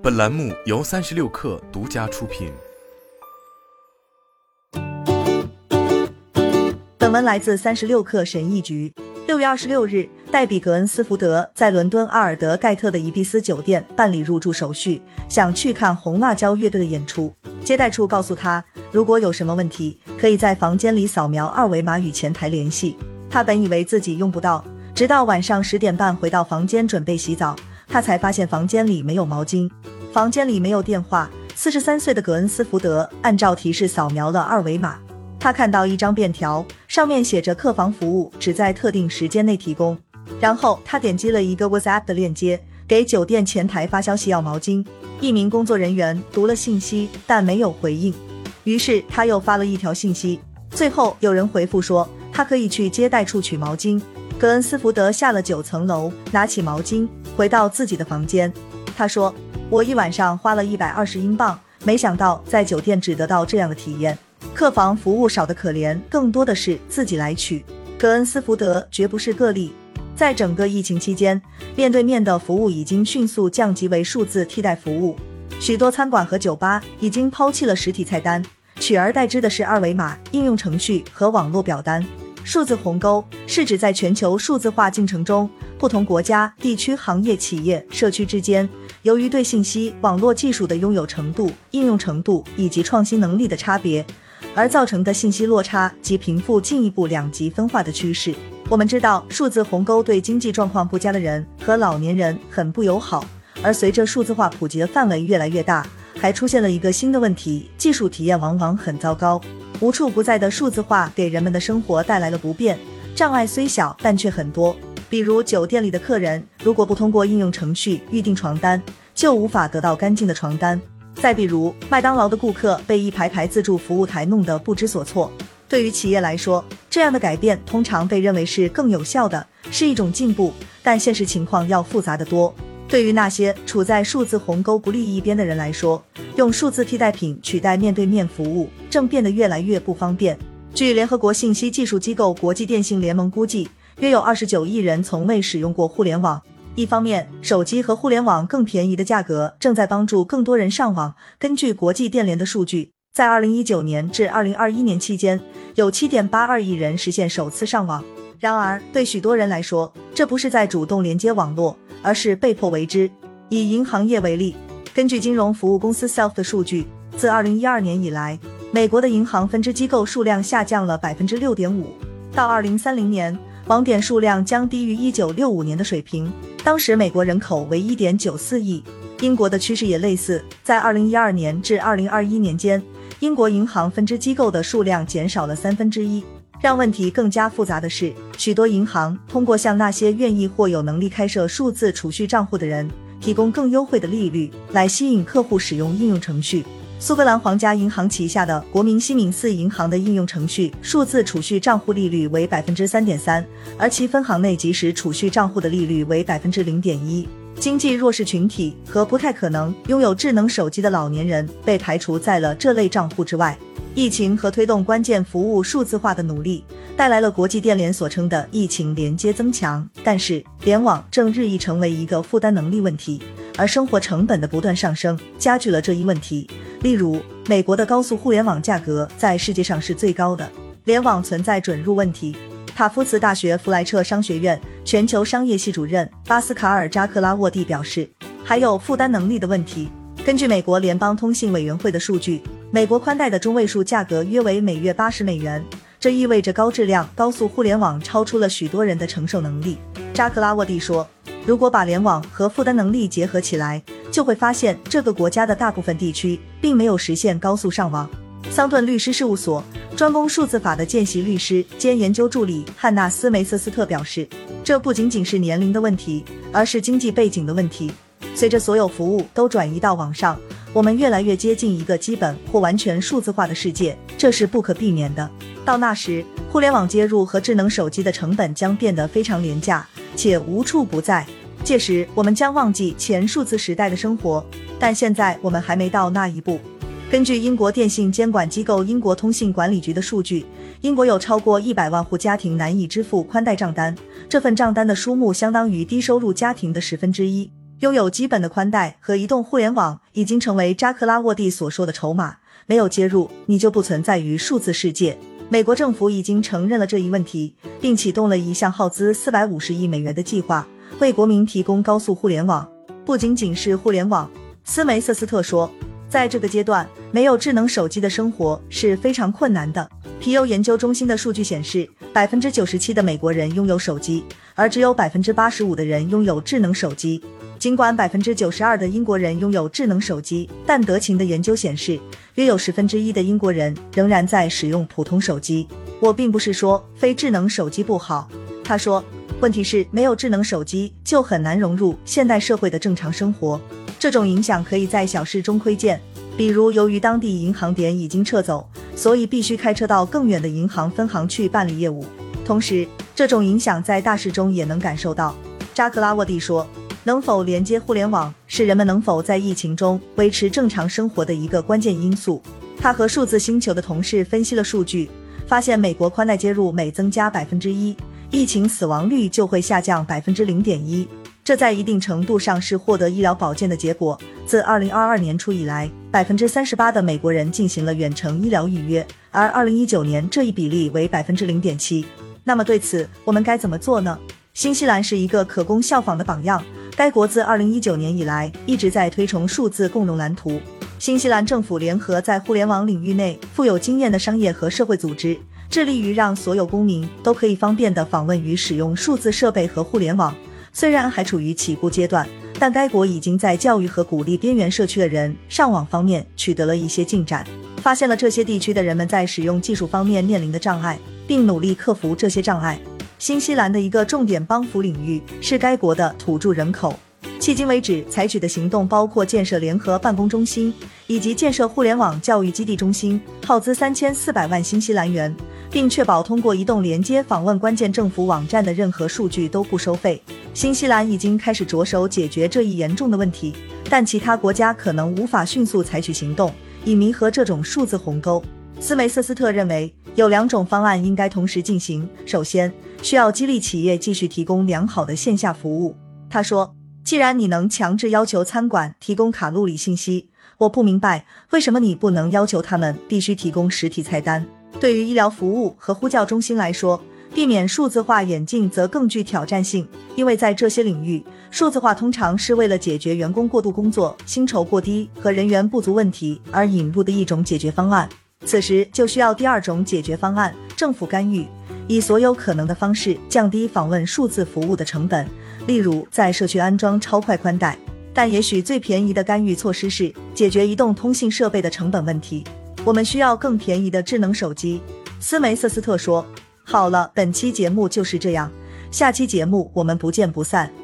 本栏目由36氪独家出品。 本文来自36氪神译局。6月26日，戴比·格恩斯福德在伦敦阿尔德盖特的伊比斯酒店办理入住手续，想去看红辣椒乐队的演出。接待处告诉他，如果有什么问题，可以在房间里扫描二维码与前台联系。他本以为自己用不到，直到晚上10点半回到房间准备洗澡，他才发现房间里没有毛巾，房间里没有电话。43岁的格恩斯福德按照提示扫描了二维码，他看到一张便条，上面写着客房服务只在特定时间内提供。然后他点击了一个 WhatsApp 的链接，给酒店前台发消息要毛巾。一名工作人员读了信息，但没有回应，于是他又发了一条信息，最后有人回复说他可以去接待处取毛巾。格恩斯福德下了9层楼，拿起毛巾回到自己的房间。他说，我一晚上花了120英镑，没想到在酒店只得到这样的体验。客房服务少得可怜，更多的是自己来取。格恩斯福德绝不是个例，在整个疫情期间，面对面的服务已经迅速降级为数字替代服务。许多餐馆和酒吧已经抛弃了实体菜单，取而代之的是二维码、应用程序和网络表单。数字鸿沟是指在全球数字化进程中，不同国家、地区、行业、企业、社区之间，由于对信息网络技术的拥有程度、应用程度以及创新能力的差别而造成的信息落差及贫富进一步两极分化的趋势。我们知道，数字鸿沟对经济状况不佳的人和老年人很不友好，而随着数字化普及的范围越来越大，还出现了一个新的问题，技术体验往往很糟糕。无处不在的数字化给人们的生活带来了不便，障碍虽小但却很多。比如酒店里的客人如果不通过应用程序预订床单，就无法得到干净的床单。再比如麦当劳的顾客被一排排自助服务台弄得不知所措。对于企业来说，这样的改变通常被认为是更有效的，是一种进步，但现实情况要复杂得多。对于那些处在数字鸿沟不利一边的人来说，用数字替代品取代面对面服务正变得越来越不方便。据联合国信息技术机构国际电信联盟估计，约有29亿人从未使用过互联网。一方面，手机和互联网更便宜的价格正在帮助更多人上网。根据国际电联的数据，在2019年至2021年期间，有 7.82 亿人实现首次上网。然而，对许多人来说，这不是在主动连接网络，而是被迫为之。以银行业为例，根据金融服务公司 Self 的数据，自2012年以来，美国的银行分支机构数量下降了 6.5%， 到2030年，网点数量将低于1965年的水平，当时美国人口为 1.94 亿。英国的趋势也类似，在2012年至2021年间，英国银行分支机构的数量减少了1/3。让问题更加复杂的是，许多银行通过向那些愿意或有能力开设数字储蓄账户的人提供更优惠的利率，来吸引客户使用应用程序。苏格兰皇家银行旗下的国民西敏寺银行的应用程序数字储蓄账户利率为 3.3%， 而其分行内即时储蓄账户的利率为 0.1%。 经济弱势群体和不太可能拥有智能手机的老年人被排除在了这类账户之外。疫情和推动关键服务数字化的努力带来了国际电联所称的疫情连接增强，但是联网正日益成为一个负担能力问题，而生活成本的不断上升加剧了这一问题。例如，美国的高速互联网价格在世界上是最高的，联网存在准入问题。塔夫茨大学弗莱彻商学院全球商业系主任巴斯卡尔·扎克拉沃蒂表示，还有负担能力的问题。根据美国联邦通信委员会的数据，美国宽带的中位数价格约为每月80美元，这意味着高质量高速互联网超出了许多人的承受能力。扎克拉沃蒂说，如果把联网和负担能力结合起来，就会发现这个国家的大部分地区并没有实现高速上网。桑顿律师事务所专攻数字法的见习律师兼研究助理汉纳斯梅瑟斯特表示，这不仅仅是年龄的问题，而是经济背景的问题。随着所有服务都转移到网上，我们越来越接近一个基本或完全数字化的世界，这是不可避免的。到那时，互联网接入和智能手机的成本将变得非常廉价，且无处不在。届时我们将忘记前数字时代的生活，但现在我们还没到那一步。根据英国电信监管机构英国通信管理局的数据，英国有超过100万户家庭难以支付宽带账单，这份账单的数目相当于低收入家庭的1/10。 拥有基本的宽带和移动互联网已经成为扎克拉沃蒂所说的筹码，没有接入，你就不存在于数字世界。美国政府已经承认了这一问题，并启动了一项耗资450亿美元的计划，为国民提供高速互联网。不仅仅是互联网，斯梅瑟斯特说，在这个阶段，没有智能手机的生活是非常困难的。皮尤研究中心的数据显示，97%的美国人拥有手机，而只有85%的人拥有智能手机。尽管92%的英国人拥有智能手机，但德勤的研究显示，约有1/10的英国人仍然在使用普通手机。我并不是说非智能手机不好，他说，问题是没有智能手机就很难融入现代社会的正常生活。这种影响可以在小事中窥见，比如由于当地银行点已经撤走，所以必须开车到更远的银行分行去办理业务。同时，这种影响在大事中也能感受到。扎克拉沃蒂说，能否连接互联网是人们能否在疫情中维持正常生活的一个关键因素。他和数字星球的同事分析了数据，发现美国宽带接入每增加 1%， 疫情死亡率就会下降 0.1%。这在一定程度上是获得医疗保健的结果。自2022年初以来， 38% 的美国人进行了远程医疗预约，而2019年这一比例为 0.7%。 那么对此我们该怎么做呢？新西兰是一个可供效仿的榜样，该国自2019年以来一直在推崇数字共融蓝图。新西兰政府联合在互联网领域内富有经验的商业和社会组织，致力于让所有公民都可以方便地访问与使用数字设备和互联网。虽然还处于起步阶段，但该国已经在教育和鼓励边缘社区的人上网方面取得了一些进展，发现了这些地区的人们在使用技术方面面临的障碍，并努力克服这些障碍。新西兰的一个重点帮扶领域是该国的土著人口。迄今为止采取的行动包括建设联合办公中心，以及建设互联网教育基地中心，耗资3400万新西兰元，并确保通过移动连接访问关键政府网站的任何数据都不收费。新西兰已经开始着手解决这一严重的问题，但其他国家可能无法迅速采取行动，以弥合这种数字鸿沟。斯梅瑟斯特认为，有2种方案应该同时进行。首先，需要激励企业继续提供良好的线下服务。他说，既然你能强制要求餐馆提供卡路里信息，我不明白为什么你不能要求他们必须提供实体菜单。对于医疗服务和呼叫中心来说，避免数字化演进则更具挑战性，因为在这些领域，数字化通常是为了解决员工过度工作、薪酬过低和人员不足问题而引入的一种解决方案。此时就需要第2种解决方案，政府干预，以所有可能的方式降低访问数字服务的成本，例如在社区安装超快宽带。但也许最便宜的干预措施是解决移动通信设备的成本问题。我们需要更便宜的智能手机，斯梅瑟斯特说。好了，本期节目就是这样，下期节目我们不见不散。